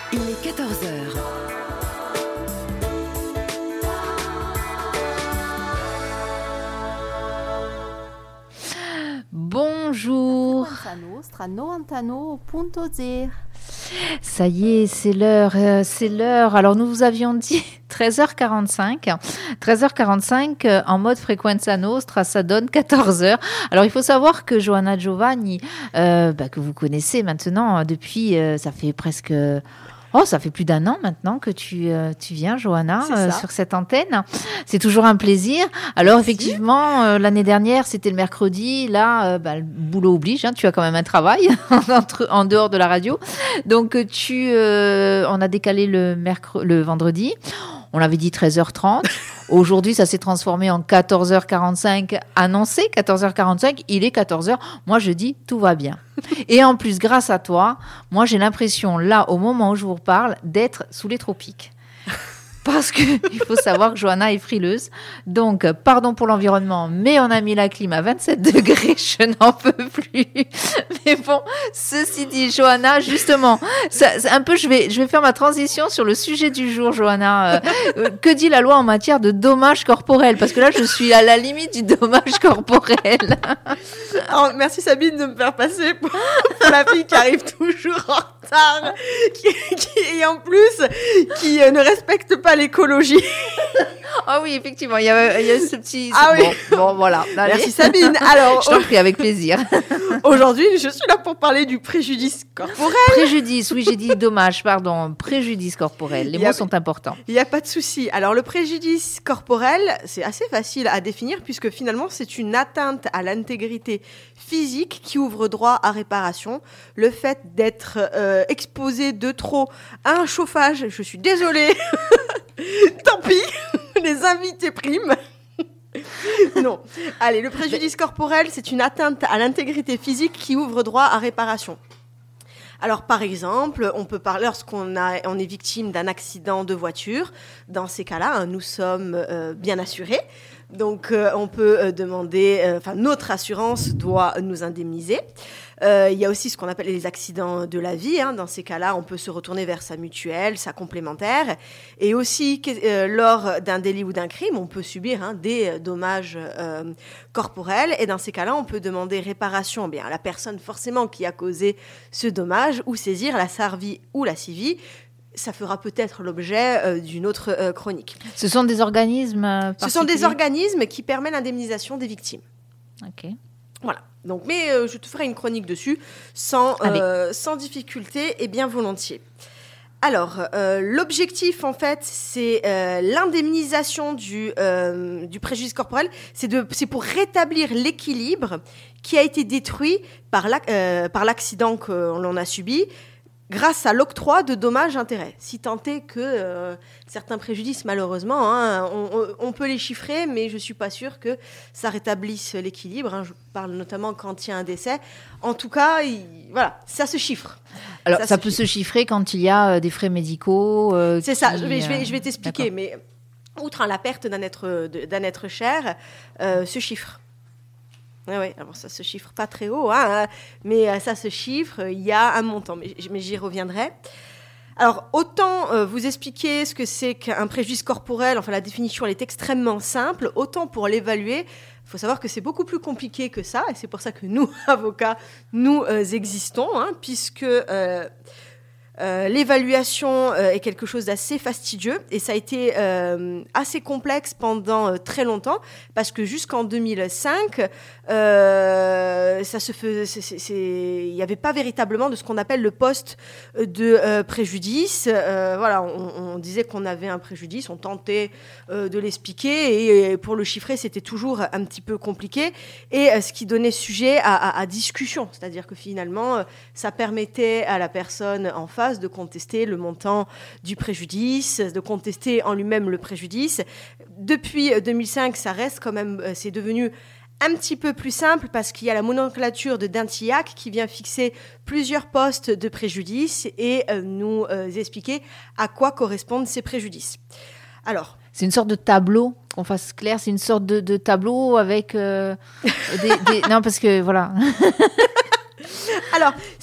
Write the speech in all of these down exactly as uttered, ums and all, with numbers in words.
Il est quatorze heures. Bonjour. Ça y est, c'est l'heure, euh, c'est l'heure. Alors nous vous avions dit treize heures quarante-cinq. treize heures quarante-cinq euh, en mode Frequenza Nostra, ça donne quatorze heures. Alors il faut savoir que Johanna Giovanni, euh, bah, que vous connaissez maintenant depuis, euh, ça fait presque... Oh, ça fait plus d'un an maintenant que tu, euh, tu viens, Johanna, euh, sur cette antenne. C'est toujours un plaisir. Alors, Merci. effectivement, euh, l'année dernière, c'était le mercredi. Là, euh, bah, le boulot oblige. Hein, tu as quand même un travail entre, en dehors de la radio. Donc, tu, euh, on a décalé le, mercredi, le vendredi. On l'avait dit treize heures trente. Aujourd'hui, ça s'est transformé en quatorze heures quarante-cinq. Annoncé quatorze heures quarante-cinq. Il est quatorze heures. Moi, je dis tout va bien. Et en plus, grâce à toi, moi, j'ai l'impression, là, au moment où je vous parle, d'être sous les tropiques. Parce que il faut savoir que Johanna est frileuse. Donc, pardon pour l'environnement, mais on a mis la clim à vingt-sept degrés. Je n'en peux plus. Mais bon, ceci dit, Johanna, justement, ça, un peu, je vais, je vais faire ma transition sur le sujet du jour, Johanna. Euh, que dit la loi en matière de dommages corporels? Parce que là, je suis à la limite du dommage corporel. Alors, merci Sabine de me faire passer pour, pour la fille qui arrive toujours en retard, qui, qui, et en plus, qui euh, ne respecte pas l'écologie. Ah oui, effectivement, il y a, il y a ce petit... Ah bon, oui. Bon, voilà. Allez. Merci Sabine. Alors, je t'en prie, avec plaisir. Aujourd'hui, je suis là pour parler du préjudice corporel. Préjudice, oui, j'ai dit dommage, pardon. Préjudice corporel. Les mots a, sont importants. Il n'y a pas de souci. Alors, le préjudice corporel, c'est assez facile à définir puisque finalement, c'est une atteinte à l'intégrité physique qui ouvre droit à réparation. Le fait d'être euh, exposé de trop à un chauffage, je suis désolée. Tant pis, les invités priment. Non. Allez, le préjudice corporel, c'est une atteinte à l'intégrité physique qui ouvre droit à réparation. Alors, par exemple, on peut parler lorsqu'on a, on est victime d'un accident de voiture. Dans ces cas-là, hein, nous sommes euh, bien assurés. Donc, euh, on peut euh, demander, euh, enfin, notre assurance doit nous indemniser. Euh, il y a aussi ce qu'on appelle les accidents de la vie. Hein. Dans ces cas-là, on peut se retourner vers sa mutuelle, sa complémentaire. Et aussi, euh, lors d'un délit ou d'un crime, on peut subir hein, des dommages euh, corporels. Et dans ces cas-là, on peut demander réparation bien, à la personne forcément qui a causé ce dommage ou saisir la SARVI ou la CIVI. Ça fera peut-être l'objet euh, d'une autre euh, chronique. Ce sont des organismes euh, Ce sont des organismes qui permettent l'indemnisation des victimes. Ok. Voilà. Donc, mais euh, je te ferai une chronique dessus sans, euh, sans difficulté et bien volontiers. Alors, euh, l'objectif, en fait, c'est euh, l'indemnisation du, euh, du préjudice corporel. C'est, de, c'est pour rétablir l'équilibre qui a été détruit par, la, euh, par l'accident qu'on a subi, grâce à l'octroi de dommages-intérêts. Si tant est que euh, certains préjudices, malheureusement, hein, on, on peut les chiffrer, mais je ne suis pas sûre que ça rétablisse l'équilibre. Hein. Je parle notamment quand il y a un décès. En tout cas, il, voilà, ça se chiffre. Alors, ça, ça se peut chiffre. se chiffrer quand il y a euh, des frais médicaux. Euh, C'est ça, qui, je vais, je vais, euh, je vais t'expliquer. d'accord. Mais outre hein, la perte d'un être, d'un être cher, euh, se chiffre. Oui, ouais, alors ça se chiffre pas très haut, hein, mais ça se chiffre, il y a un montant, mais, mais j'y reviendrai. Alors, autant euh, vous expliquer ce que c'est qu'un préjudice corporel, enfin la définition elle est extrêmement simple, autant pour l'évaluer, il faut savoir que c'est beaucoup plus compliqué que ça, et c'est pour ça que nous, avocats, nous euh, existons, hein, puisque... Euh, Euh, l'évaluation euh, est quelque chose d'assez fastidieux et ça a été euh, assez complexe pendant euh, très longtemps parce que jusqu'en deux mille cinq, euh, ça se faisait, c'est, c'est, c'est, il n'y avait pas véritablement de ce qu'on appelle le poste de euh, préjudice. Euh, voilà, on, on disait qu'on avait un préjudice, on tentait euh, de l'expliquer et, et pour le chiffrer, c'était toujours un petit peu compliqué et euh, ce qui donnait sujet à, à, à discussion, c'est-à-dire que finalement, euh, ça permettait à la personne en face de contester le montant du préjudice, de contester en lui-même le préjudice. Depuis deux mille cinq, ça reste quand même, c'est devenu un petit peu plus simple parce qu'il y a la nomenclature de Dintillac qui vient fixer plusieurs postes de préjudice et euh, nous euh, expliquer à quoi correspondent ces préjudices. Alors, c'est une sorte de tableau, qu'on fasse clair, c'est une sorte de, de tableau avec euh, des, des... Non, parce que voilà... Alors,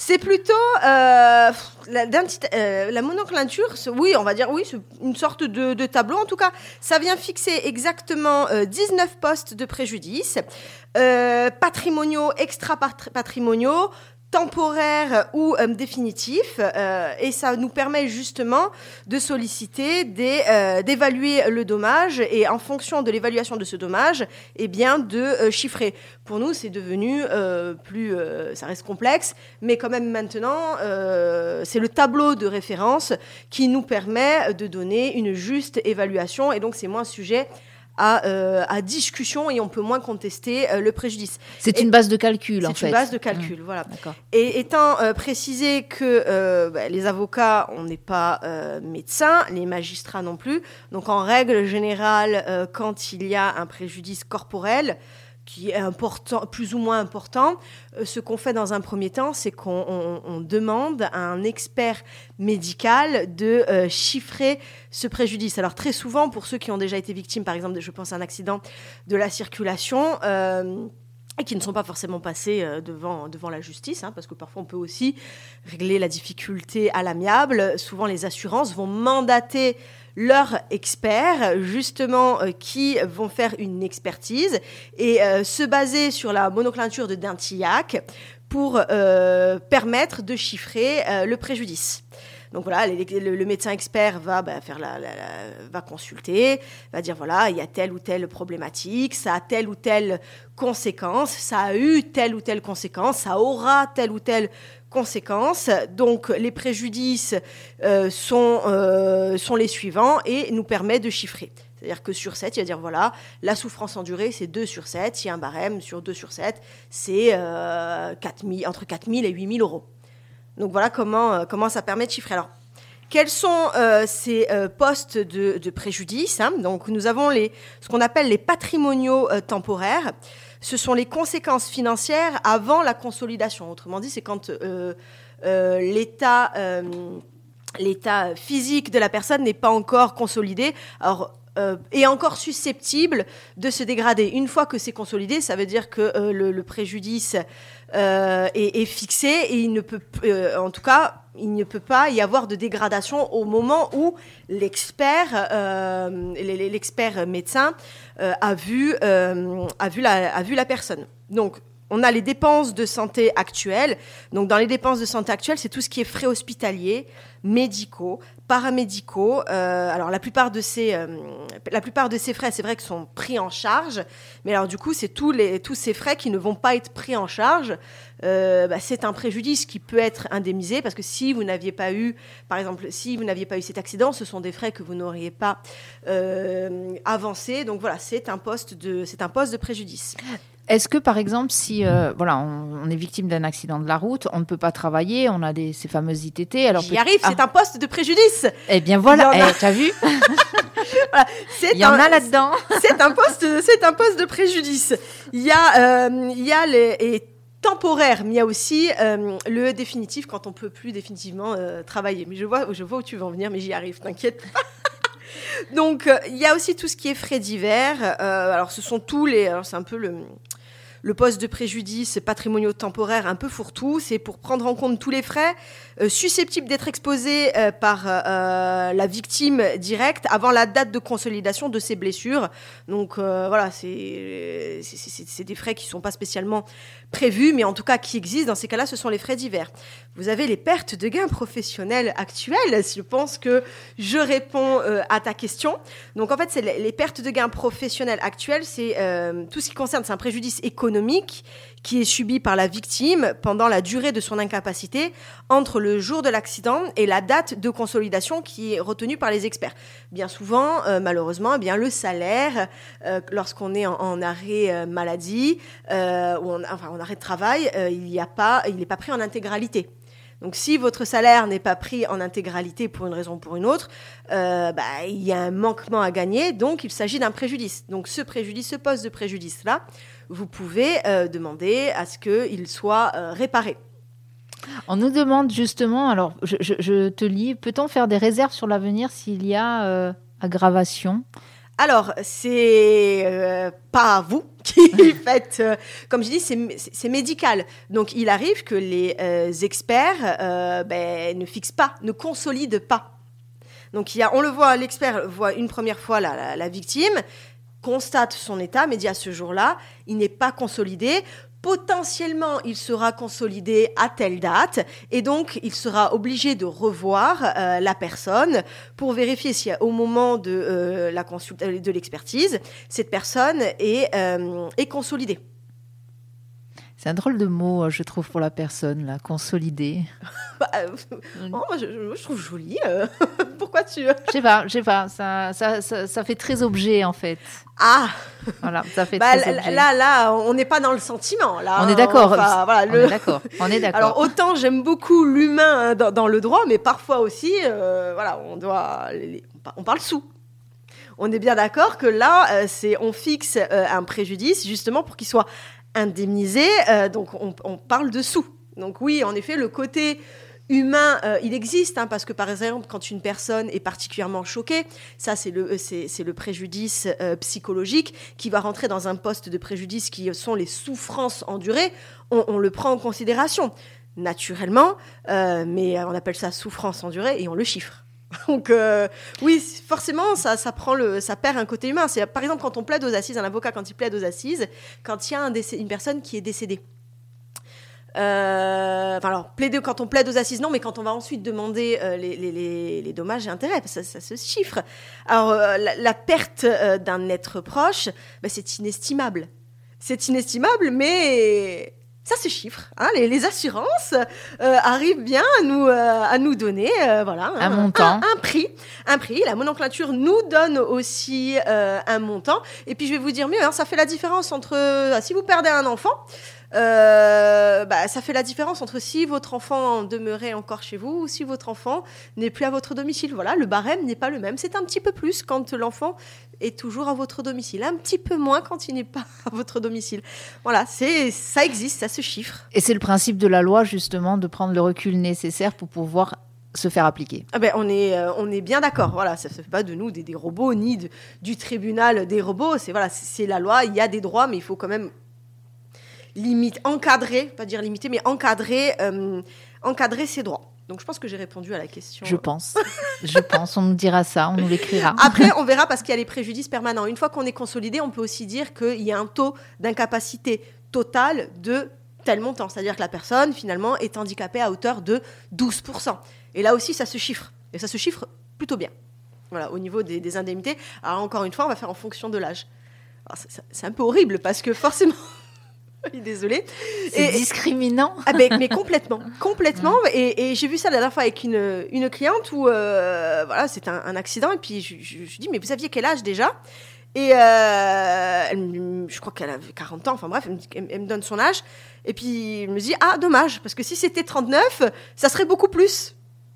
C'est plutôt euh, la, euh, la monoclinture, oui, on va dire, oui, c'est une sorte de, de tableau. En tout cas, ça vient fixer exactement euh, dix-neuf postes de préjudice, euh, patrimoniaux, extra-patrimoniaux, temporaire ou euh, définitif, euh, et ça nous permet justement de solliciter, des, euh, d'évaluer le dommage, et en fonction de l'évaluation de ce dommage, eh bien de euh, chiffrer. Pour nous, c'est devenu euh, plus, euh, ça reste complexe, mais quand même maintenant, euh, c'est le tableau de référence qui nous permet de donner une juste évaluation, et donc c'est moins sujet À, euh, à discussion, et on peut moins contester euh, le préjudice. C'est et une base de calcul, en fait. C'est une base de calcul, mmh. voilà. D'accord. Et étant euh, précisé que euh, bah, les avocats, on n'est pas euh, médecins, les magistrats non plus, donc en règle générale, euh, quand il y a un préjudice corporel qui est important, plus ou moins important, euh, ce qu'on fait dans un premier temps, c'est qu'on on, on demande à un expert médical de euh, chiffrer ce préjudice. Alors très souvent, pour ceux qui ont déjà été victimes, par exemple, je pense à un accident de la circulation, euh, et qui ne sont pas forcément passés euh, devant, devant la justice, hein, parce que parfois on peut aussi régler la difficulté à l'amiable. Souvent, les assurances vont mandater leurs experts, justement, euh, qui vont faire une expertise et euh, se baser sur la monoclinture de Dintillac pour euh, permettre de chiffrer euh, le préjudice. Donc voilà, les, le, le médecin expert va bah, faire la, la, la, va consulter, va dire voilà, il y a telle ou telle problématique, ça a telle ou telle conséquence, ça a eu telle ou telle conséquence, ça aura telle ou telle conséquence. Donc les préjudices euh, sont, euh, sont les suivants et nous permet de chiffrer. C'est-à-dire que sur sept, il va dire voilà, la souffrance endurée, c'est deux sur sept, il y a un barème sur deux sur sept, c'est euh, quatre mille, entre quatre mille et huit mille euros. Donc voilà comment, euh, comment ça permet de chiffrer. Alors, quels sont euh, ces euh, postes de, de préjudice, hein ? Donc nous avons les, ce qu'on appelle les patrimoniaux euh, temporaires. Ce sont les conséquences financières avant la consolidation. Autrement dit, c'est quand euh, euh, l'état, euh, l'état physique de la personne n'est pas encore consolidé. Alors, Euh, est encore susceptible de se dégrader. Une fois que c'est consolidé, ça veut dire que euh, le, le préjudice euh, est, est fixé et il ne peut, euh, en tout cas, il ne peut pas y avoir de dégradation au moment où l'expert, euh, l'expert médecin euh, a vu, euh, a vu la, a vu la personne. Donc, on a les dépenses de santé actuelles. Donc, dans les dépenses de santé actuelles, c'est tout ce qui est frais hospitaliers, médicaux, paramédicaux. Euh, alors, la plupart de ces, euh, la plupart de ces frais, c'est vrai qu'ils sont pris en charge. Mais alors, du coup, c'est tous, les, tous ces frais qui ne vont pas être pris en charge. Euh, bah, c'est un préjudice qui peut être indemnisé parce que si vous n'aviez pas eu, par exemple, si vous n'aviez pas eu cet accident, ce sont des frais que vous n'auriez pas euh, avancés. Donc, voilà, c'est un poste de, c'est un poste de préjudice. Est-ce que, par exemple, si euh, voilà, on, on est victime d'un accident de la route, on ne peut pas travailler, on a des, ces fameuses I T T. Alors J'y peut- arrive, c'est ah. un poste de préjudice. Eh bien voilà, eh, tu as vu voilà, c'est Il y en un, a là-dedans. c'est, un poste, c'est un poste de préjudice. Il y a, euh, il y a les... Et temporaire, mais il y a aussi euh, le définitif quand on ne peut plus définitivement euh, travailler. Mais je vois, je vois où tu veux en venir, mais j'y arrive, t'inquiète pas. Donc, euh, il y a aussi tout ce qui est frais divers. Euh, alors, ce sont tous les... Alors, c'est un peu le... Le poste de préjudice patrimoniaux temporaires un peu fourre-tout, c'est pour prendre en compte tous les frais euh, susceptibles d'être exposés euh, par euh, la victime directe avant la date de consolidation de ses blessures. Donc euh, voilà, c'est, c'est, c'est, c'est des frais qui ne sont pas spécialement prévus, mais en tout cas qui existent. Dans ces cas-là, ce sont les frais divers. Vous avez les pertes de gains professionnels actuelles. Je pense que je réponds euh, à ta question. Donc en fait, c'est les, les pertes de gains professionnels actuelles, c'est euh, tout ce qui concerne, c'est un préjudice économique économique qui est subi par la victime pendant la durée de son incapacité entre le jour de l'accident et la date de consolidation qui est retenue par les experts. Bien souvent, euh, malheureusement, eh bien, le salaire, euh, lorsqu'on est en, en arrêt euh, maladie euh, ou en, enfin, en arrêt de travail, euh, il y a pas, il n'est pas pris en intégralité. Donc, si votre salaire n'est pas pris en intégralité pour une raison ou pour une autre, euh, bah, il y a un manquement à gagner, donc il s'agit d'un préjudice. Donc, ce préjudice, ce poste de préjudice-là, vous pouvez euh, demander à ce qu'il soit euh, réparé. On nous demande justement, alors je, je, je te lis, peut-on faire des réserves sur l'avenir s'il y a euh, aggravation ? Alors, c'est euh, pas vous qui faites, euh, comme je dis, c'est, c'est, c'est médical. Donc, il arrive que les euh, experts euh, ben, ne fixent pas, ne consolident pas. Donc, il y a, on le voit, l'expert voit une première fois la, la, la victime, constate son état, mais dit à ce jour-là, il n'est pas consolidé. Potentiellement, il sera consolidé à telle date et donc il sera obligé de revoir euh, la personne pour vérifier si au moment de, euh, la consult- de l'expertise, cette personne est, euh, est consolidée. C'est un drôle de mot, je trouve, pour la personne, là, consolidé. bah, euh, oh, moi, je, je trouve joli. Euh, pourquoi tu... Je sais pas, je sais pas. Ça, ça, ça, ça fait très objet, en fait. Ah Voilà, ça fait bah, très là, objet. Là, là, on n'est pas dans le sentiment. Là, on est d'accord. Enfin, voilà, on le... est d'accord. On est d'accord. Alors, autant j'aime beaucoup l'humain dans, dans le droit, mais parfois aussi, euh, voilà, on doit... On parle sous. On est bien d'accord que là, euh, c'est, on fixe euh, un préjudice justement pour qu'il soit indemnisé, euh, donc on, on parle de sous. Donc oui, en effet, le côté humain, euh, il existe, hein, parce que par exemple, quand une personne est particulièrement choquée, ça c'est le, c'est, c'est le préjudice euh, psychologique qui va rentrer dans un poste de préjudice qui sont les souffrances endurées, on, on le prend en considération, naturellement, euh, mais on appelle ça souffrance endurée et on le chiffre. Donc euh, oui, forcément, ça, ça prend le, ça perd un côté humain. C'est par exemple quand on plaide aux assises, un avocat quand il plaide aux assises, quand il y a un décès, une personne qui est décédée. Euh, enfin alors plaider quand on plaide aux assises, non, mais quand on va ensuite demander euh, les, les, les, les dommages et intérêts, ça, ça se chiffre. Alors euh, la, la perte euh, d'un être proche, ben, c'est inestimable. C'est inestimable, mais ça se chiffre, hein, les, les assurances euh, arrivent bien à nous, euh, à nous donner euh, voilà, un, un montant. Un, un prix. Un prix. La nomenclature nous donne aussi euh, un montant. Et puis je vais vous dire mieux, hein, ça fait la différence entre... Euh, si vous perdez un enfant, euh, bah, ça fait la différence entre si votre enfant demeurait encore chez vous ou si votre enfant n'est plus à votre domicile. Voilà, le barème n'est pas le même. C'est un petit peu plus quand l'enfant est toujours à votre domicile, un petit peu moins quand il n'est pas à votre domicile. Voilà, c'est, ça existe, ça se chiffre. Et c'est le principe de la loi, justement, de prendre le recul nécessaire pour pouvoir se faire appliquer. Ah ben, on est, euh, on est bien d'accord. Voilà, ça ne fait pas de nous des, des robots, ni de, du tribunal des robots. C'est, voilà, c'est, c'est la loi, il y a des droits, mais il faut quand même limite, encadrer, pas dire limiter, mais encadrer, euh, encadrer ses droits. Donc, je pense que j'ai répondu à la question. Je pense. Je pense. On nous dira ça, on nous l'écrira. Après, on verra parce qu'il y a les préjudices permanents. Une fois qu'on est consolidé, on peut aussi dire qu'il y a un taux d'incapacité totale de tel montant. C'est-à-dire que la personne, finalement, est handicapée à hauteur de douze pour cent. Et là aussi, ça se chiffre. Et ça se chiffre plutôt bien. Voilà, au niveau des, des indemnités. Alors, encore une fois, on va faire en fonction de l'âge. Alors, c'est, c'est un peu horrible parce que forcément... Désolée. C'est et, discriminant. Ah ben, mais complètement, complètement. Mmh. Et, et j'ai vu ça la dernière fois avec une, une cliente où euh, voilà, c'était un, un accident et puis je, je, je dis mais vous aviez quel âge déjà? Et euh, elle, je crois qu'elle avait quarante ans. Enfin bref, elle me, elle, elle me donne son âge et puis elle me dit ah dommage parce que si c'était trente-neuf, ça serait beaucoup plus.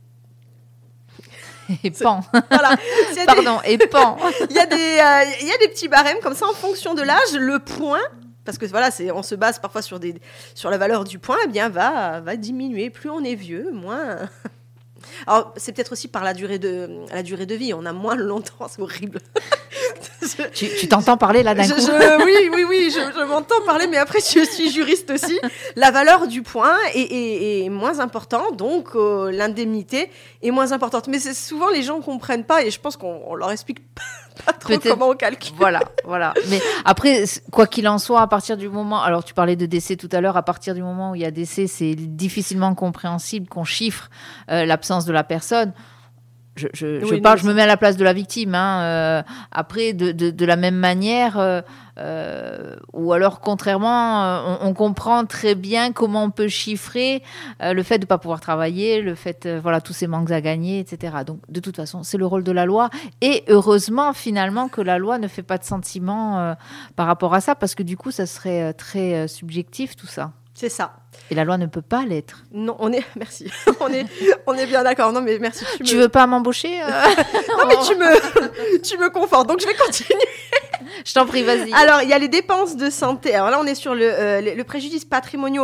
Et pan. Voilà. Pardon. Des... Et pan. Il y a des, euh, il y a des petits barèmes comme ça en fonction de l'âge. Le point. Parce que voilà, c'est, on se base parfois sur, des, sur la valeur du point, eh bien, va, va diminuer. Plus on est vieux, moins... Alors, c'est peut-être aussi par la durée de, la durée de vie. On a moins longtemps, c'est horrible. je... tu, tu t'entends parler là d'un je, coup je, Oui, oui, oui, je, je m'entends parler, mais après, je suis juriste aussi. La valeur du point est, est, est moins importante, donc euh, l'indemnité est moins importante. Mais c'est souvent, les gens ne comprennent pas, et je pense qu'on on leur explique pas. Pas trop Peut-être, comment on calcule. Voilà, voilà. Mais après, quoi qu'il en soit, à partir du moment... Alors, tu parlais de décès tout à l'heure. À partir du moment où il y a décès, c'est difficilement compréhensible qu'on chiffre euh, l'absence de la personne. Je, je, oui, je parle, je me mets à la place de la victime. Hein. Euh, après, de, de, de la même manière, euh, euh, ou alors contrairement, euh, on, on comprend très bien comment on peut chiffrer euh, le fait de ne pas pouvoir travailler, le fait, euh, voilà, tous ces manques à gagner, et cetera. Donc, de toute façon, c'est le rôle de la loi. Et heureusement, finalement, que la loi ne fait pas de sentiment euh, par rapport à ça, parce que du coup, ça serait euh, très euh, subjectif, tout ça. C'est ça. Et la loi ne peut pas l'être. Non, on est... Merci. on, est... on est bien d'accord. Non, mais merci. Tu, tu me... veux pas m'embaucher euh... Non, mais tu me... tu me confortes. Donc, je vais continuer. Je t'en prie, vas-y. Alors, il y a les dépenses de santé. Alors là, on est sur le, euh, le préjudice patrimoniaux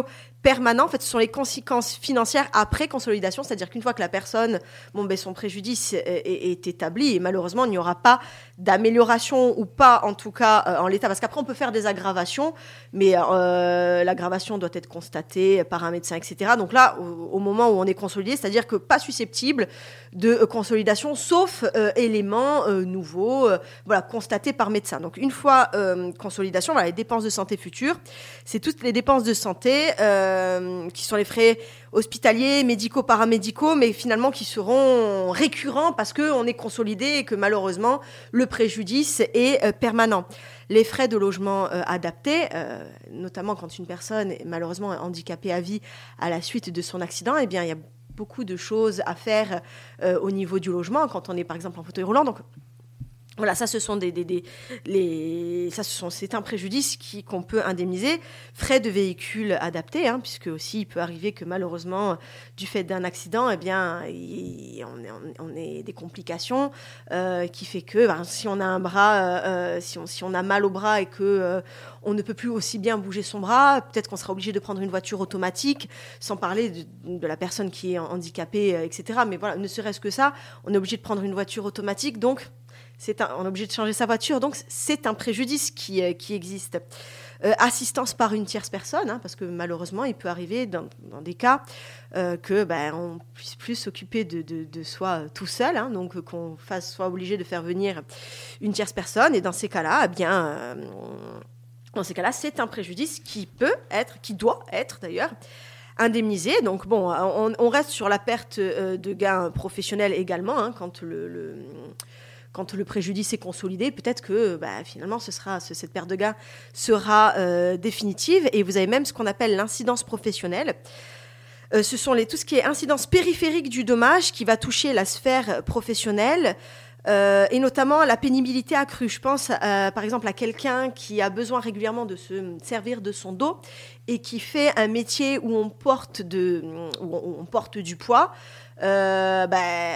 permanent. En fait, ce sont les conséquences financières après consolidation, c'est-à-dire qu'une fois que la personne, bon, ben, son préjudice est, est, est établi, et malheureusement, il n'y aura pas d'amélioration ou pas, en tout cas, euh, en l'état. Parce qu'après, on peut faire des aggravations, mais euh, l'aggravation doit être constatée par un médecin, et cetera. Donc là, au, au moment où on est consolidé, c'est-à-dire que pas susceptible de euh, consolidation, sauf euh, éléments euh, nouveaux, euh, voilà, constatés par médecin. Donc une fois euh, consolidation, voilà, les dépenses de santé futures, c'est toutes les dépenses de santé euh, qui sont les frais hospitaliers, médicaux, paramédicaux, mais finalement qui seront récurrents parce qu'on est consolidé et que malheureusement, le préjudice est euh, permanent. Les frais de logement euh, adaptés, euh, notamment quand une personne est malheureusement handicapée à vie à la suite de son accident, eh bien, il y a beaucoup de choses à faire euh, au niveau du logement quand on est par exemple en fauteuil roulant. Donc, voilà, ça, ce sont des, des, des les, ça, ce sont, c'est un préjudice qui, qu'on peut indemniser. Frais de véhicule adaptés, hein, puisque aussi il peut arriver que malheureusement, du fait d'un accident, eh bien, il, on, est, on est des complications euh, qui fait que ben, si on a un bras, euh, si, on, si on a mal au bras et que euh, on ne peut plus aussi bien bouger son bras, peut-être qu'on sera obligé de prendre une voiture automatique, sans parler de, de la personne qui est handicapée, euh, et cetera. Mais voilà, ne serait-ce que ça, on est obligé de prendre une voiture automatique, donc c'est un, on est obligé de changer sa voiture, donc c'est un préjudice qui, euh, qui existe. Euh, assistance par une tierce personne, hein, parce que malheureusement, il peut arriver dans, dans des cas euh, que ben, on puisse plus s'occuper de, de, de soi tout seul, hein, donc euh, qu'on fasse, soit obligé de faire venir une tierce personne, et dans ces cas-là, eh bien, euh, dans ces cas-là, c'est un préjudice qui peut être, qui doit être d'ailleurs, indemnisé. Donc bon, on, on reste sur la perte euh, de gains professionnels également, hein, quand le, le Quand le préjudice est consolidé, peut-être que bah, finalement, ce sera, ce, cette perte de gain sera euh, définitive. Et vous avez même ce qu'on appelle l'incidence professionnelle. Euh, ce sont les, tout ce qui est incidence périphérique du dommage qui va toucher la sphère professionnelle. Euh, et notamment la pénibilité accrue. Je pense euh, par exemple à quelqu'un qui a besoin régulièrement de se servir de son dos et qui fait un métier où on porte, de, où on porte du poids. Euh, ben,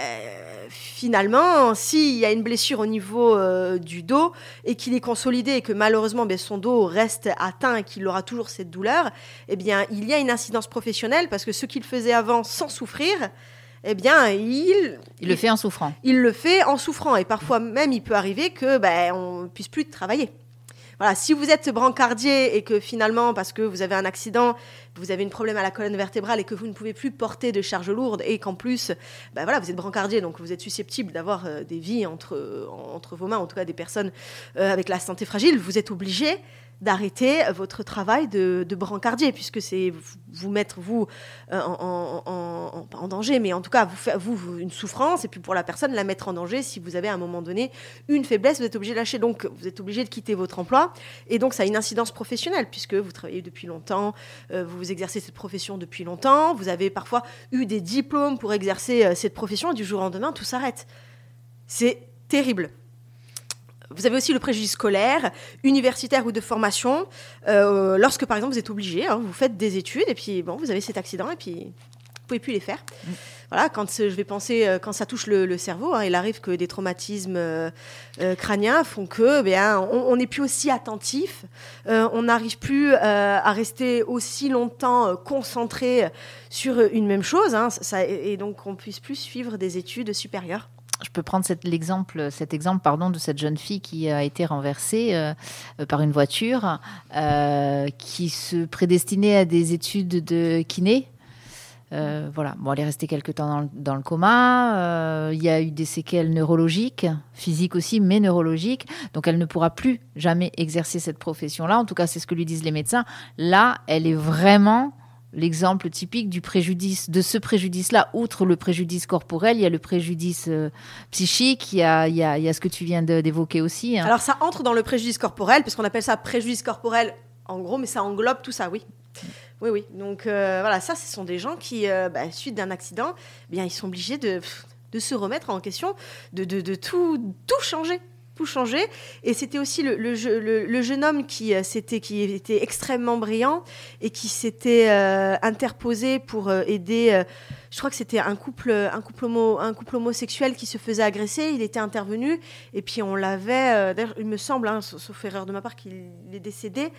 finalement, s'il y a une blessure au niveau euh, du dos et qu'il est consolidé et que malheureusement ben, son dos reste atteint et qu'il aura toujours cette douleur, eh bien, il y a une incidence professionnelle parce que ce qu'il faisait avant sans souffrir, eh bien, il... Il le fait en souffrant. Il le fait en souffrant. Et parfois même, il peut arriver que ben, on ne puisse plus travailler. Voilà, si vous êtes brancardier et que finalement, parce que vous avez un accident, vous avez un problème à la colonne vertébrale et que vous ne pouvez plus porter de charges lourdes et qu'en plus, ben voilà, vous êtes brancardier, donc vous êtes susceptible d'avoir euh, des vies entre, entre vos mains, en tout cas des personnes euh, avec la santé fragile, vous êtes obligé d'arrêter votre travail de, de brancardier, puisque c'est vous, vous mettre, vous, euh, en, en, en, pas en danger, mais en tout cas, vous, faire, vous, vous, une souffrance, et puis pour la personne, la mettre en danger. Si vous avez à un moment donné une faiblesse, vous êtes obligé de lâcher. Donc, vous êtes obligé de quitter votre emploi. Et donc, ça a une incidence professionnelle, puisque vous travaillez depuis longtemps, euh, vous exercez cette profession depuis longtemps, vous avez parfois eu des diplômes pour exercer euh, cette profession, et du jour au lendemain, tout s'arrête. C'est terrible. Vous avez aussi le préjudice scolaire, universitaire ou de formation. Euh, lorsque, par exemple, vous êtes obligé, hein, vous faites des études et puis bon, vous avez cet accident et puis vous ne pouvez plus les faire. Mmh. Voilà, quand je vais penser, euh, quand ça touche le, le cerveau, hein, il arrive que des traumatismes euh, euh, crâniens font que, bien, on n'est plus aussi attentif, euh, on n'arrive plus euh, à rester aussi longtemps euh, concentré sur une même chose, hein, ça, et donc on puisse plus suivre des études supérieures. Je peux prendre cet, l'exemple, cet exemple pardon, de cette jeune fille qui a été renversée euh, par une voiture, euh, qui se prédestinait à des études de kiné. Euh, voilà. Bon, elle est restée quelque temps dans le, dans le coma. Euh, il y a eu des séquelles neurologiques, physiques aussi, mais neurologiques. Donc, elle ne pourra plus jamais exercer cette profession-là. En tout cas, c'est ce que lui disent les médecins. Là, elle est vraiment... l'exemple typique du préjudice, de ce préjudice-là. Outre le préjudice corporel, il y a le préjudice euh, psychique, il y a, il, y a, il y a ce que tu viens de, d'évoquer aussi. Hein. Alors ça entre dans le préjudice corporel, parce qu'on appelle ça préjudice corporel en gros, mais ça englobe tout ça, oui. Oui, oui. Donc euh, voilà, ça, ce sont des gens qui, euh, bah, suite d'un accident, eh bien, ils sont obligés de, de se remettre en question, de, de, de tout, tout changer. tout changé. Et c'était aussi le, le, le, le jeune homme qui, c'était, qui était extrêmement brillant et qui s'était euh, interposé pour euh, aider, euh, je crois que c'était un couple, un couple, homo, un couple homosexuel qui se faisait agresser. Il était intervenu et puis on l'avait. Euh, d'ailleurs, il me semble, hein, sauf erreur de ma part, qu'il est décédé.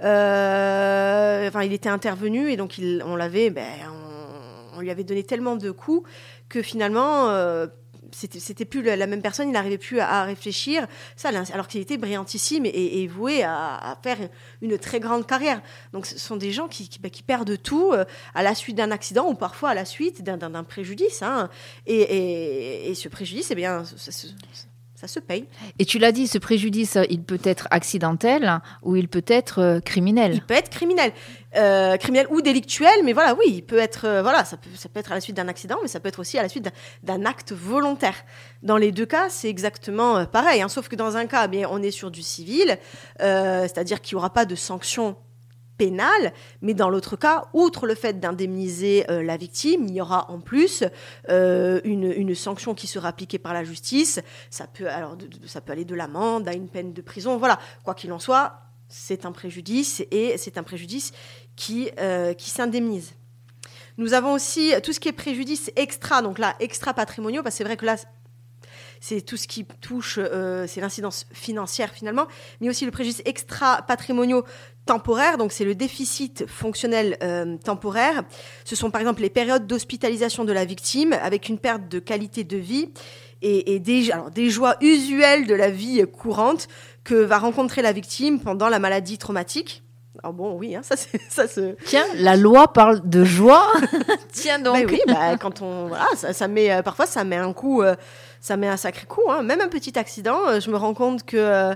Euh, enfin, il était intervenu et donc il, on l'avait. Ben, on, on lui avait donné tellement de coups que finalement. Euh, C'était, c'était plus la même personne, il n'arrivait plus à, à réfléchir, ça, alors qu'il était brillantissime et, et voué à, à faire une très grande carrière. Donc ce sont des gens qui, qui, bah, qui perdent tout euh, à la suite d'un accident ou parfois à la suite d'un, d'un, d'un préjudice. Hein. Et, et, et ce préjudice, eh bien, ça, ça, ça se paye. Et tu l'as dit, ce préjudice, il peut être accidentel ou il peut être euh, criminel. Il peut être criminel. Euh, criminel ou délictuel, mais voilà, oui, il peut être, euh, voilà, ça peut, ça peut être à la suite d'un accident, mais ça peut être aussi à la suite d'un, d'un acte volontaire. Dans les deux cas, c'est exactement euh, pareil, hein, sauf que dans un cas, bien, on est sur du civil, euh, c'est-à-dire qu'il n'y aura pas de sanction pénale, mais dans l'autre cas, outre le fait d'indemniser euh, la victime, il y aura en plus euh, une, une sanction qui sera appliquée par la justice. Ça peut, alors, de, de, ça peut aller de l'amende à une peine de prison, voilà, quoi qu'il en soit. C'est un préjudice et c'est un préjudice qui, euh, qui s'indemnise. Nous avons aussi tout ce qui est préjudice extra, donc là, extra-patrimoniaux, parce que c'est vrai que là, c'est tout ce qui touche, euh, c'est l'incidence financière finalement, mais aussi le préjudice extra-patrimoniaux temporaires, donc c'est le déficit fonctionnel euh, temporaire. Ce sont par exemple les périodes d'hospitalisation de la victime avec une perte de qualité de vie et, et des, alors, des joies usuelles de la vie courante que va rencontrer la victime pendant la maladie traumatique. Alors bon, oui, hein, ça, c'est, ça se... Tiens, la loi parle de joie. Tiens donc. Ben oui, ben, quand on... Voilà, ça, ça met, euh, parfois, ça met un coup... Euh, ça met un sacré coup. Hein. Même un petit accident, euh, je me rends compte que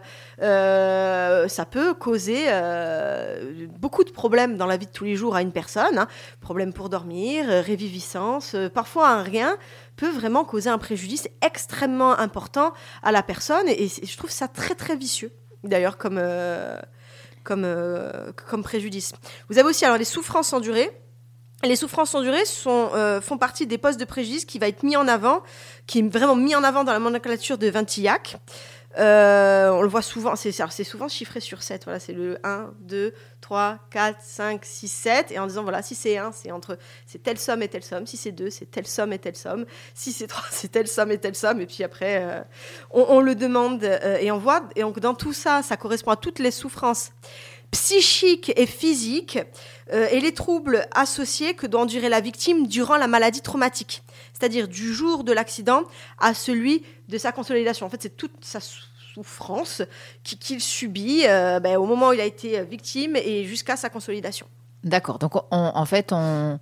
euh, ça peut causer euh, beaucoup de problèmes dans la vie de tous les jours à une personne. Hein. Problèmes pour dormir, euh, réviviscence, euh, parfois un rien peut vraiment causer un préjudice extrêmement important à la personne. Et, et je trouve ça très, très vicieux, d'ailleurs, comme... Euh, Comme, euh, comme préjudice. Vous avez aussi alors les souffrances endurées. Les souffrances endurées sont, euh, font partie des postes de préjudice qui va être mis en avant, qui est vraiment mis en avant dans la nomenclature de Vintillac. Euh, on le voit souvent, c'est, c'est souvent chiffré sur sept. Voilà, c'est le un, deux, trois, quatre, cinq, six, sept. Et en disant, voilà, si c'est un, c'est entre c'est telle somme et telle somme. Si c'est deux, c'est telle somme et telle somme. Si c'est trois, c'est telle somme et telle somme. Et puis après, euh, on, on le demande euh, et on voit. Et donc, dans tout ça, ça correspond à toutes les souffrances psychiques et physiques euh, et les troubles associés que doit endurer la victime durant la maladie traumatique. C'est-à-dire du jour de l'accident à celui de sa consolidation. En fait, c'est toute sa souffrance qu'il subit euh, ben, au moment où il a été victime et jusqu'à sa consolidation. D'accord. Donc, on, en fait, on,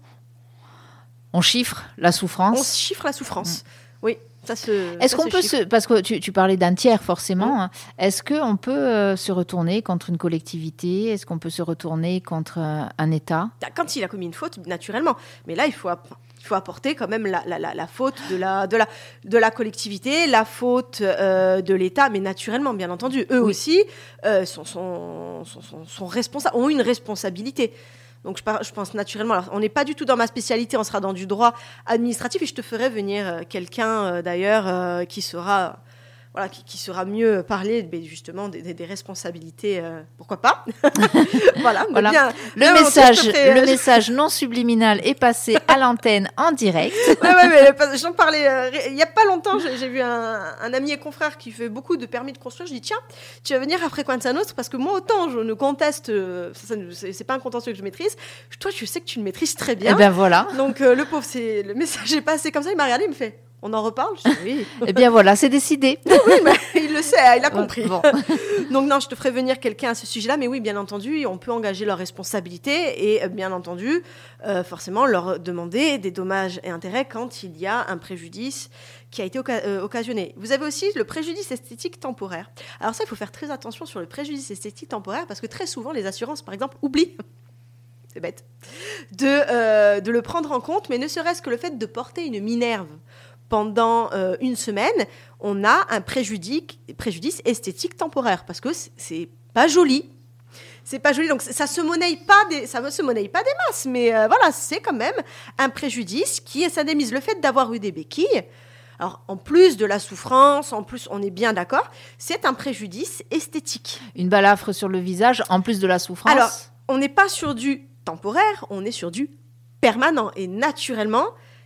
on chiffre la souffrance. On chiffre la souffrance, mmh. oui. Ça se, Est-ce ça qu'on se peut chiffre. se, parce que tu, tu parlais d'un tiers forcément, Mmh. hein, est-ce qu'on peut euh, se retourner contre une collectivité? Est-ce qu'on peut se retourner contre euh, un État? Quand il a commis une faute, naturellement. Mais là, il faut, il faut apporter quand même la, la, la, la faute de la, de, la, de la collectivité, la faute euh, de l'État, mais naturellement, bien entendu. Eux oui. aussi euh, sont, sont, sont, sont, sont responsables, ont une responsabilité. Donc, je, je pense naturellement. Alors, on n'est pas du tout dans ma spécialité, on sera dans du droit administratif et je te ferai venir euh, quelqu'un, euh, d'ailleurs, euh, qui sera... Voilà, qui, qui sera mieux parler mais justement des, des, des responsabilités, euh, pourquoi pas. Voilà, voilà. Bien, le, bien message, ferai, le euh, message non subliminal est passé à l'antenne en direct. Ouais, ouais, mais j'en parlais euh, il n'y a pas longtemps. J'ai, j'ai vu un, un ami et confrère qui fait beaucoup de permis de construire. Je dis tiens, tu vas venir à Frequenza Nostra parce que moi autant je ne conteste, euh, ça, ça, c'est, c'est pas un contentieux que je maîtrise. Toi, je sais que tu le maîtrises très bien. Et ben voilà. Donc euh, le pauvre, c'est le message est passé comme ça. Il m'a regardé, il me fait. On en reparle? Je dis oui. Eh bien voilà, c'est décidé. Oui, mais il le sait, il a compris. Bon. Donc non, je te ferai venir quelqu'un à ce sujet-là, mais oui, bien entendu, on peut engager leur responsabilité et bien entendu, euh, forcément, leur demander des dommages et intérêts quand il y a un préjudice qui a été oca- euh, occasionné. Vous avez aussi le préjudice esthétique temporaire. Alors ça, il faut faire très attention sur le préjudice esthétique temporaire parce que très souvent, les assurances, par exemple, oublient. C'est bête, de, euh, de le prendre en compte, mais ne serait-ce que le fait de porter une minerve pendant euh, une semaine, on a un préjudice, préjudice esthétique temporaire parce que c'est, c'est pas joli. C'est pas joli, donc ça se monnaie pas des, ça se monnaie pas des masses, mais euh, voilà, c'est quand même un préjudice qui s'indemnise. Le fait d'avoir eu des béquilles, alors en plus de la souffrance, en plus on est bien d'accord, c'est un préjudice esthétique. Une balafre sur le visage, en plus de la souffrance. Alors, on n'est pas sur du temporaire, on est sur du permanent et naturellement.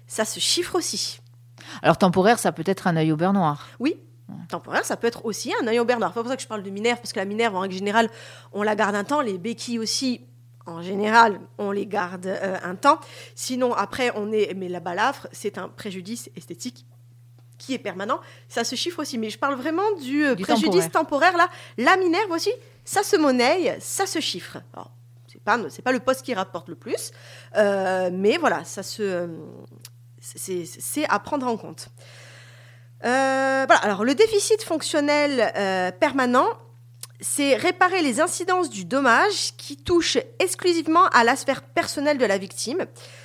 ça se chiffre aussi. Alors temporaire, ça peut être un œil au beurre noir. Oui, temporaire, ça peut être aussi un œil au beurre noir. C'est pour ça que je parle de minerve, parce que la minerve, en règle générale, on la garde un temps. Les béquilles aussi, en général, on les garde euh, un temps. Sinon, après, on est... Mais la balafre, c'est un préjudice esthétique qui est permanent. Ça se chiffre aussi. Mais je parle vraiment du, euh, Du préjudice temporaire. Là. La minerve aussi, ça se monnaie, ça se chiffre. Alors, c'est pas, c'est pas le poste qui rapporte le plus. Euh, mais voilà, ça se... Euh, c'est, c'est à prendre en compte. Euh, voilà. Alors, le déficit fonctionnel euh, permanent, c'est réparer les incidences du dommage qui touchent exclusivement à la sphère personnelle de la victime.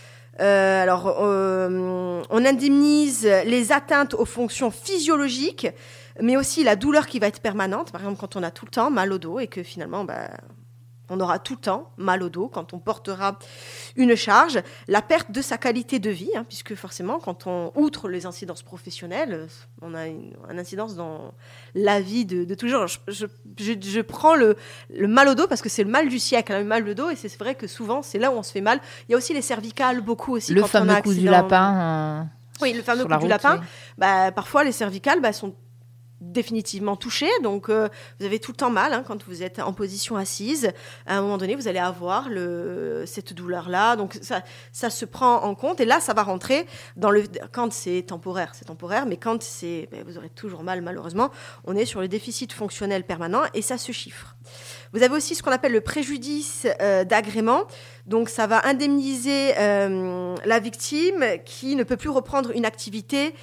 Euh, alors, euh, on indemnise les atteintes aux fonctions physiologiques, mais aussi la douleur qui va être permanente. Par exemple, quand on a tout le temps mal au dos et que finalement, bah, on aura tout le temps mal au dos quand on portera une charge. La perte de sa qualité de vie, hein, puisque forcément, quand on, outre les incidences professionnelles, on a une, une incidence dans la vie de, de toujours. Je, je, je, je prends le, le mal au dos parce que c'est le mal du siècle, hein, le mal de dos, et c'est vrai que souvent, c'est là où on se fait mal. Il y a aussi les cervicales, beaucoup aussi. Le quand fameux on a coup accident. du lapin. Euh, oui, le fameux coup du route, lapin. Oui. Bah, parfois, les cervicales bah, sont définitivement touché, donc euh, vous avez tout le temps mal hein, quand vous êtes en position assise. À un moment donné, vous allez avoir le, cette douleur-là, donc ça, ça se prend en compte, et là, ça va rentrer dans le... Quand c'est temporaire, c'est temporaire, mais quand c'est... Ben, vous aurez toujours mal, malheureusement, on est sur le déficit fonctionnel permanent, et ça se chiffre. Vous avez aussi ce qu'on appelle le préjudice euh, d'agrément, donc ça va indemniser euh, la victime qui ne peut plus reprendre une activité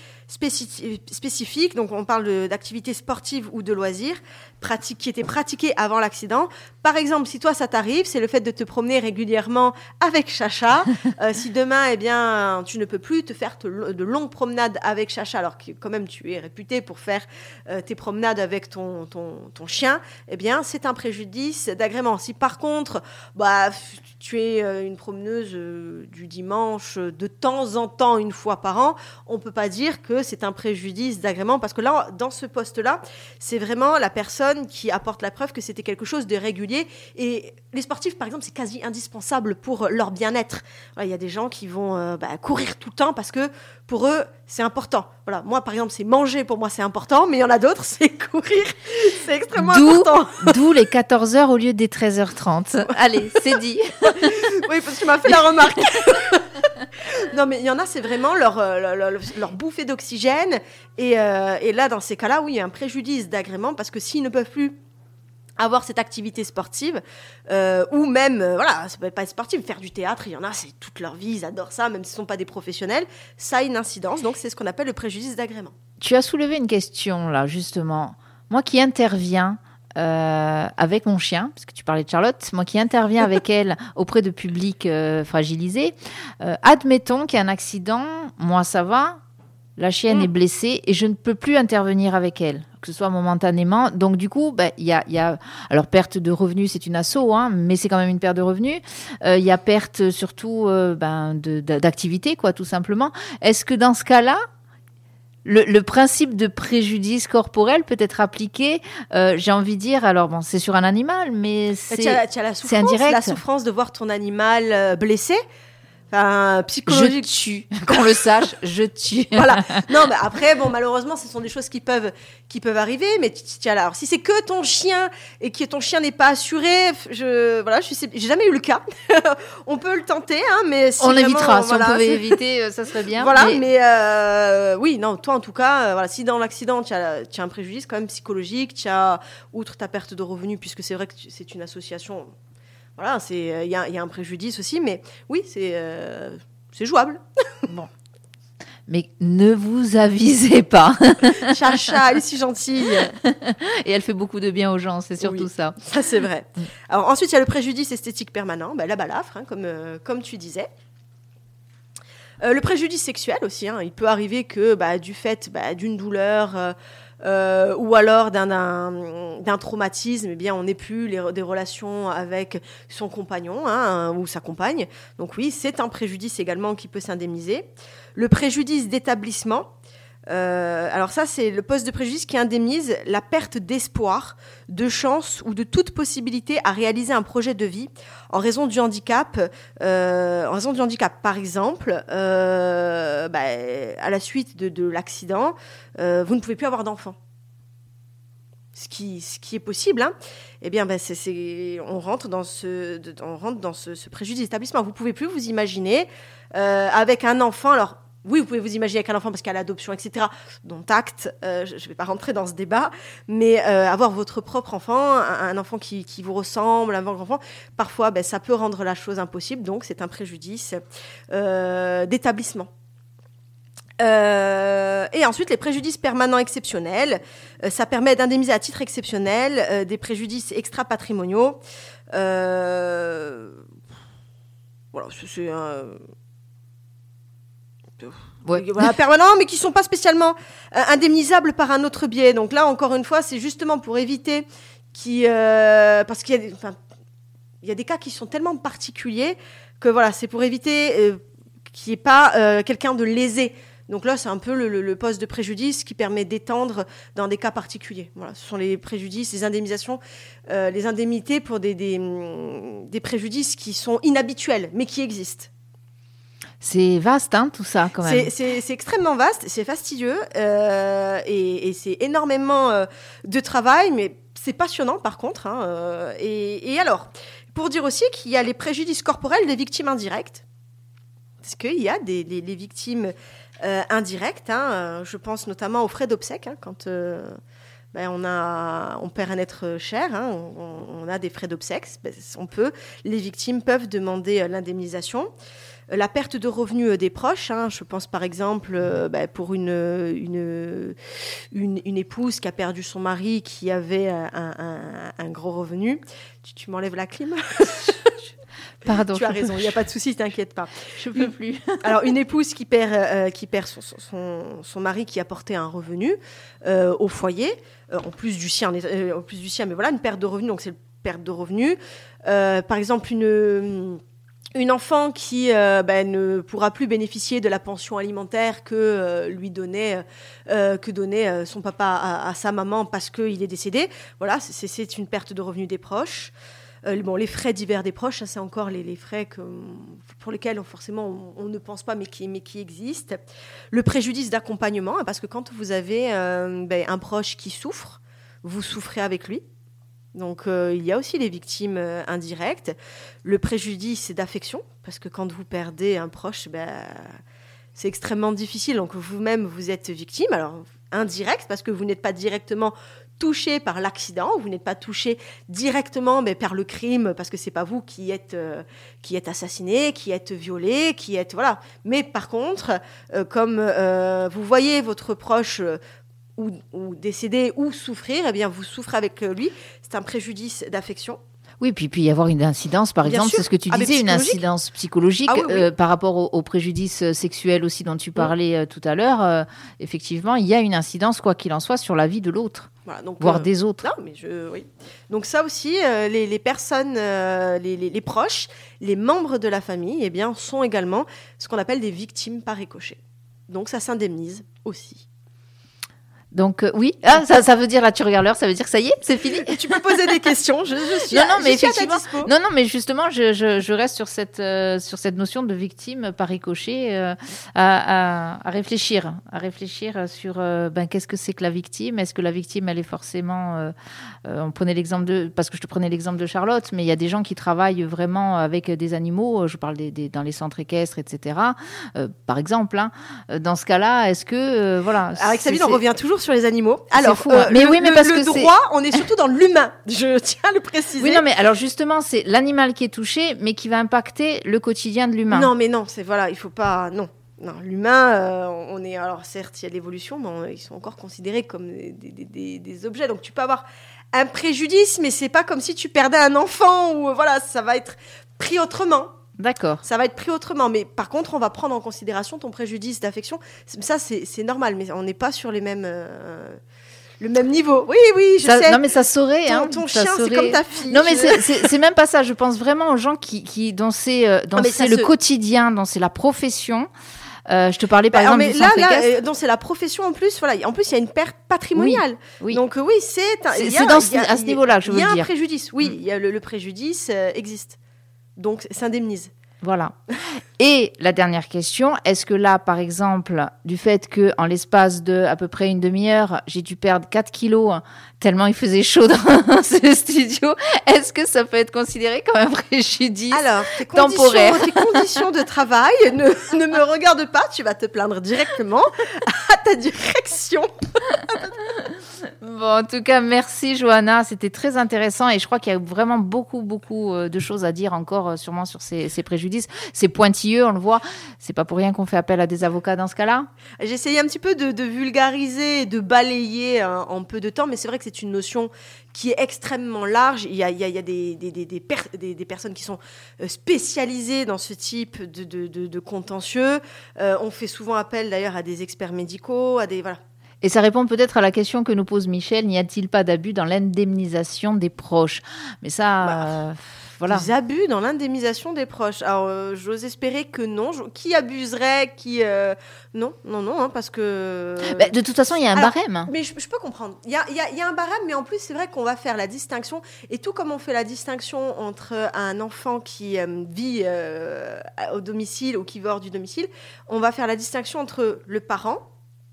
spécifique, donc on parle de, d'activité sportive ou de loisirs, pratique, qui était pratiquée avant l'accident. Par exemple, si toi ça t'arrive, c'est le fait de te promener régulièrement avec Chacha. euh, si demain, eh bien, tu ne peux plus te faire te, de longues promenades avec Chacha, alors que quand même tu es réputé pour faire euh, tes promenades avec ton, ton, ton chien, eh bien, c'est un préjudice d'agrément. Si par contre, bah, tu es euh, une promeneuse euh, du dimanche de temps en temps, une fois par an, on ne peut pas dire que c'est un préjudice d'agrément, parce que là, dans ce poste-là, c'est vraiment la personne qui apporte la preuve que c'était quelque chose de régulier. Et les sportifs, par exemple, c'est quasi indispensable pour leur bien-être. Il y a des gens qui vont euh, bah, courir tout le temps parce que pour eux, c'est important. Voilà, moi, par exemple, c'est manger, pour moi, c'est important, mais il y en a d'autres, c'est courir, c'est extrêmement d'où, important. D'où les quatorze heures au lieu des treize heures trente. Allez, c'est dit. Oui, parce que tu m'as fait la remarque. Non, mais il y en a, c'est vraiment leur, leur, leur, leur bouffée d'oxygène. Et, euh, et là, dans ces cas-là, oui, il y a un préjudice d'agrément, parce que s'ils ne peuvent plus avoir cette activité sportive, euh, ou même, euh, voilà, ça peut pas être sportif, faire du théâtre, il y en a, c'est toute leur vie, ils adorent ça, même s'ils ne sont pas des professionnels, ça a une incidence, donc c'est ce qu'on appelle le préjudice d'agrément. Tu as soulevé une question, là, justement. Moi qui interviens euh, avec mon chien, parce que tu parlais de Charlotte, moi qui interviens avec elle auprès de publics euh, fragilisés, euh, admettons qu'il y a un accident, moi ça va, la chienne mmh. est blessée et je ne peux plus intervenir avec elle, que ce soit momentanément. Donc du coup, bah, y a, y a... alors perte de revenus, c'est une asso, hein, mais c'est quand même une perte de revenus. Il euh, y a perte surtout euh, ben, de, de, d'activité, quoi, tout simplement. Est-ce que dans ce cas-là, Le, le principe de préjudice corporel peut être appliqué, euh, j'ai envie de dire, alors bon, c'est sur un animal, mais c'est, tu as, tu as la souffrance, c'est indirect. La souffrance de voir ton animal euh, blessé, enfin, psychologique. Je tue, qu'on le sache, je tue. Voilà. Non, mais après, bon, malheureusement, ce sont des choses qui peuvent, qui peuvent arriver, mais tiens là, alors si c'est que ton chien et que ton chien n'est pas assuré, je, voilà, je sais, j'ai jamais eu le cas. On peut le tenter, hein, mais si on vraiment, évitera, voilà, si on pouvait c'est... éviter, ça serait bien. Voilà, mais, mais euh, oui, non, toi en tout cas, euh, voilà, si dans l'accident tu as, tu as un préjudice quand même psychologique, tu as, outre ta perte de revenus, puisque c'est vrai que tu, c'est une association, voilà, il euh, y, y a un préjudice aussi, mais oui, c'est, euh, c'est jouable. Bon. Mais ne vous avisez pas. Chacha, elle est si gentille. Et elle fait beaucoup de bien aux gens, c'est surtout oui, ça. Ça, c'est vrai. Alors ensuite, il y a le préjudice esthétique permanent, bah, la balafre, hein, comme, euh, comme tu disais. Euh, le préjudice sexuel aussi, hein, il peut arriver que bah, du fait bah, d'une douleur euh, euh, ou alors d'un, d'un, d'un traumatisme, eh bien, on n'ait plus les, des relations avec son compagnon hein, ou sa compagne. Donc oui, c'est un préjudice également qui peut s'indemniser. Le préjudice d'établissement, Euh, alors ça, c'est le poste de préjudice qui indemnise la perte d'espoir, de chance ou de toute possibilité à réaliser un projet de vie en raison du handicap. Euh, en raison du handicap, par exemple, euh, bah, à la suite de, de l'accident, euh, vous ne pouvez plus avoir d'enfant. Ce qui, ce qui est possible, hein. Eh bien, ben, c'est, c'est, on rentre dans ce, de, on rentre dans ce, ce préjudice d'établissement. Vous pouvez plus vous imaginer euh, avec un enfant. Alors, oui, vous pouvez vous imaginer avec un enfant parce qu'il y a l'adoption, et cetera. Dont acte, euh, je ne vais pas rentrer dans ce débat, mais euh, avoir votre propre enfant, un, un enfant qui, qui vous ressemble, un enfant, parfois, ben, ça peut rendre la chose impossible. Donc, c'est un préjudice euh, d'établissement. Euh, et ensuite, les préjudices permanents exceptionnels. Euh, ça permet d'indemniser à titre exceptionnel euh, des préjudices extra-patrimoniaux. Euh, voilà, c'est, c'est un... Ouais. Voilà, permanents, mais qui ne sont pas spécialement euh, indemnisables par un autre biais. Donc là, encore une fois, c'est justement pour éviter qu'il... Euh, parce qu'il y a des, enfin, il y a des cas qui sont tellement particuliers que voilà, c'est pour éviter euh, qu'il n'y ait pas euh, quelqu'un de lésé. Donc là, c'est un peu le, le, le poste de préjudice qui permet d'étendre dans des cas particuliers. Voilà, ce sont les préjudices, les indemnisations, euh, les indemnités pour des, des, des préjudices qui sont inhabituels, mais qui existent. C'est vaste, hein, tout ça, quand même. C'est, c'est, c'est extrêmement vaste, c'est fastidieux euh, et, et c'est énormément euh, de travail, mais c'est passionnant, par contre. Hein, euh, et, et alors, pour dire aussi qu'il y a les préjudices corporels des victimes indirectes, parce qu'il y a des, les, les victimes... Euh, indirect, hein, je pense notamment aux frais d'obsèques, hein, quand euh, ben, on, a, on perd un être cher, hein, on, on a des frais d'obsèques, ben, on peut, les victimes peuvent demander euh, l'indemnisation. Euh, la perte de revenus euh, des proches, hein, je pense par exemple euh, ben, pour une, une, une, une épouse qui a perdu son mari qui avait un, un, un gros revenu. Tu, tu m'enlèves la clim ? Pardon. Tu as raison, il n'y a pas de souci, t'inquiète pas. Je ne peux plus. Alors, une épouse qui perd, euh, qui perd son, son, son mari qui apportait un revenu euh, au foyer, euh, en plus du sien, euh, en plus du sien, mais voilà, une perte de revenus, donc c'est une perte de revenus. Euh, par exemple, une, une enfant qui euh, ben, ne pourra plus bénéficier de la pension alimentaire que euh, lui donnait, euh, que donnait euh, son papa à, à sa maman parce qu'il est décédé. Voilà, c'est, c'est une perte de revenus des proches. Euh, bon, les frais divers des proches, ça, c'est encore les, les frais que, pour lesquels on, forcément on, on ne pense pas mais qui, mais qui existent. Le préjudice d'accompagnement, hein, parce que quand vous avez euh, ben, un proche qui souffre, vous souffrez avec lui. Donc euh, il y a aussi les victimes euh, indirectes. Le préjudice d'affection, parce que quand vous perdez un proche, ben, c'est extrêmement difficile. Donc vous-même, vous êtes victime. Alors indirect, parce que vous n'êtes pas directement touché par l'accident, vous n'êtes pas touché directement mais par le crime parce que c'est pas vous qui êtes euh, qui êtes assassiné, qui êtes violé, qui êtes voilà. Mais par contre, euh, comme euh, vous voyez votre proche euh, ou, ou décéder ou souffrir, eh bien vous souffrez avec lui. C'est un préjudice d'affection. Oui, puis puis y avoir une incidence, par Bien exemple, sûr. c'est ce que tu Ah, disais, une incidence psychologique Ah, oui, oui. Euh, par rapport au, au préjudice sexuel aussi dont tu parlais euh, tout à l'heure. Euh, effectivement, il y a une incidence, quoi qu'il en soit, sur la vie de l'autre, Voilà, donc, voire euh, des autres. Non, mais je, oui. Donc ça aussi, euh, les, les personnes, euh, les, les, les proches, les membres de la famille, eh bien, sont également ce qu'on appelle des victimes par ricochet. Donc ça s'indemnise aussi. Donc euh, oui, ah, ça, ça veut dire, là tu regardes l'heure, ça veut dire que ça y est, c'est fini. Tu peux poser des questions, je, je suis, non, à, non, mais je suis à ta effectivement, dispo. non, non, mais justement, je, je, je reste sur cette, euh, sur cette notion de victime par ricochet, euh, à, à, à réfléchir, à réfléchir sur euh, ben, qu'est-ce que c'est que la victime. Est-ce que la victime, elle est forcément, euh, euh, on prenait l'exemple de, parce que je te prenais l'exemple de Charlotte, mais il y a des gens qui travaillent vraiment avec des animaux. Je parle des, des, dans les centres équestres, et cetera. Euh, par exemple, hein, dans ce cas-là, est-ce que, euh, voilà. Avec Sabine, on revient toujours sur les animaux. Alors, fou, hein. euh, mais le, oui, mais le, parce le que droit, c'est... on est surtout dans l'humain. Je tiens à le préciser. Oui, non, mais alors justement, c'est l'animal qui est touché, mais qui va impacter le quotidien de l'humain. Non, mais non, c'est voilà, il faut pas, non, non, l'humain, euh, on est, alors certes, il y a l'évolution, mais on, ils sont encore considérés comme des, des, des, des objets. Donc tu peux avoir un préjudice, mais c'est pas comme si tu perdais un enfant ou voilà, ça va être pris autrement. D'accord. Ça va être pris autrement, mais par contre, on va prendre en considération ton préjudice d'affection. Ça, c'est, c'est normal, mais on n'est pas sur les mêmes, euh, le même niveau. Oui, oui, je ça, sais. Non, mais ça saurait. Ton, hein, ton ça chien, saurait... c'est comme ta fille. Non, mais je... c'est, c'est, c'est même pas ça. Je pense vraiment aux gens qui, qui dont c'est, euh, dont non, c'est le se... quotidien, dont c'est la profession. Euh, je te parlais par bah, exemple mais du là, centre là, équestre. euh, donc c'est la profession en plus. Voilà, en plus il y a une perte patrimoniale. Oui, oui. Donc euh, oui, c'est un- C'est il y a- c'est dans il y a- ce- à ce niveau-là que je veux Il y a le un dire. préjudice. Oui, Mm. il y a le, le préjudice euh, existe. Donc s'indemnise. Voilà. Et la dernière question, est-ce que là, par exemple, du fait que en l'espace de à peu près une demi-heure, j'ai dû perdre quatre kilos tellement il faisait chaud dans ce studio, est-ce que ça peut être considéré comme un préjudice Alors, tes temporaire conditions, tes conditions de travail ne, ne me regardent pas. Tu vas te plaindre directement à ta direction. Bon, en tout cas, merci Johanna, c'était très intéressant et je crois qu'il y a vraiment beaucoup, beaucoup euh, de choses à dire encore euh, sûrement sur ces, ces préjudices. C'est pointilleux, on le voit. C'est pas pour rien qu'on fait appel à des avocats dans ce cas-là. J'ai essayé un petit peu de, de vulgariser, de balayer hein, en peu de temps, mais c'est vrai que c'est une notion qui est extrêmement large. Il y a, il y a, il y a des, des, des, des, per- des, des personnes qui sont spécialisées dans ce type de, de, de, de contentieux. Euh, on fait souvent appel d'ailleurs à des experts médicaux, à des... Voilà. Et ça répond peut-être à la question que nous pose Michel, n'y a-t-il pas d'abus dans l'indemnisation des proches ? Mais ça, Bah, euh, voilà. Des abus dans l'indemnisation des proches. Alors, euh, j'ose espérer que non. Je- Qui abuserait qui euh, Non, non, non, hein, parce que... Bah, de toute façon, il y a un Alors, barème. Mais je, je peux comprendre. Il y a, il y a- il y a un barème, mais en plus, c'est vrai qu'on va faire la distinction. Et tout comme on fait la distinction entre un enfant qui euh, vit euh, au domicile ou qui vit hors du domicile, on va faire la distinction entre le parent,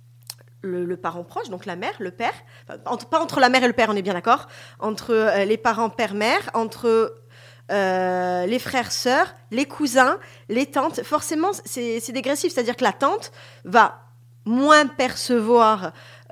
le, le parent proche, donc la mère, le père, enfin, entre, pas entre la mère et le père, on est bien d'accord, entre euh, les parents père-mère, entre euh, les frères, sœurs, les cousins, les tantes. Forcément, c'est, c'est dégressif, c'est-à-dire que la tante va moins percevoir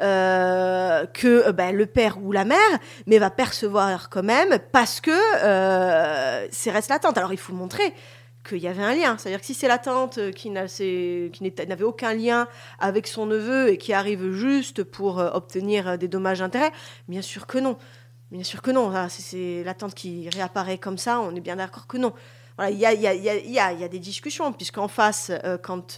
euh, que euh, ben, le père ou la mère, mais va percevoir quand même parce que euh, c'est reste la tante. Alors il faut montrer qu'il y avait un lien. C'est-à-dire que si c'est la tante qui, n'a, c'est, qui n'avait aucun lien avec son neveu et qui arrive juste pour euh, obtenir des dommages-intérêts, bien sûr que non. Bien sûr que non. Ah, c'est, c'est la tante qui réapparaît comme ça, on est bien d'accord que non. Voilà, il y a, il y, a, il y, a, il y, a, il y a des discussions, puisqu'en face, euh, quand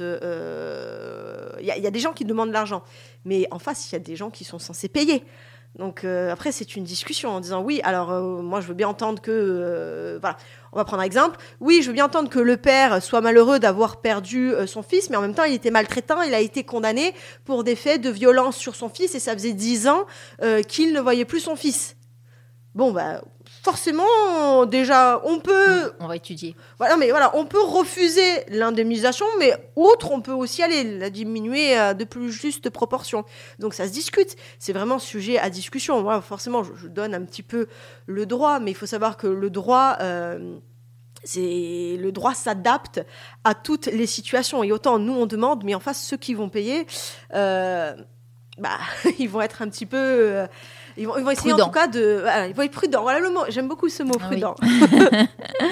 euh, il y, a, il y a des gens qui demandent de l'argent, mais en face, il y a des gens qui sont censés payer. Donc euh, après, c'est une discussion en disant oui, alors euh, moi, je veux bien entendre que... Euh, voilà, on va prendre un exemple. Oui, je veux bien entendre que le père soit malheureux d'avoir perdu euh, son fils, mais en même temps, il était maltraitant, il a été condamné pour des faits de violence sur son fils, et ça faisait dix ans euh, qu'il ne voyait plus son fils. Bon, bah... Forcément, déjà, on peut... On va étudier. Voilà, mais voilà, on peut refuser l'indemnisation, mais outre, on peut aussi aller la diminuer à de plus justes proportions. Donc, ça se discute. C'est vraiment sujet à discussion. Moi, forcément, je, je donne un petit peu le droit, mais il faut savoir que le droit... Euh, c'est, le droit s'adapte à toutes les situations. Et autant, nous, on demande, mais en face, ceux qui vont payer, euh, bah, ils vont être un petit peu... Euh, Ils vont, ils vont essayer prudent. en tout cas de... Voilà, ils vont être prudents. Voilà le mot. J'aime beaucoup ce mot, Ah prudent. oui.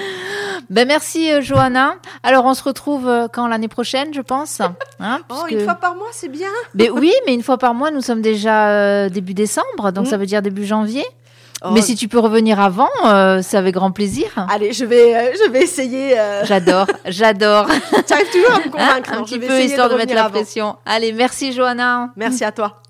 Ben merci euh, Johanna. Alors on se retrouve euh, quand l'année prochaine, je pense. Hein, Oh, puisque... une fois par mois, c'est bien. Mais oui, mais une fois par mois, nous sommes déjà euh, début décembre, donc Mm. ça veut dire début janvier. Oh. Mais si tu peux revenir avant, euh, c'est avec grand plaisir. Allez, je vais, euh, je vais essayer. Euh... J'adore, j'adore. Tu arrives toujours à me convaincre. Un non, petit je vais peu essayer histoire de, mettre revenir la avant. pression. Allez, merci Johanna. Merci à toi.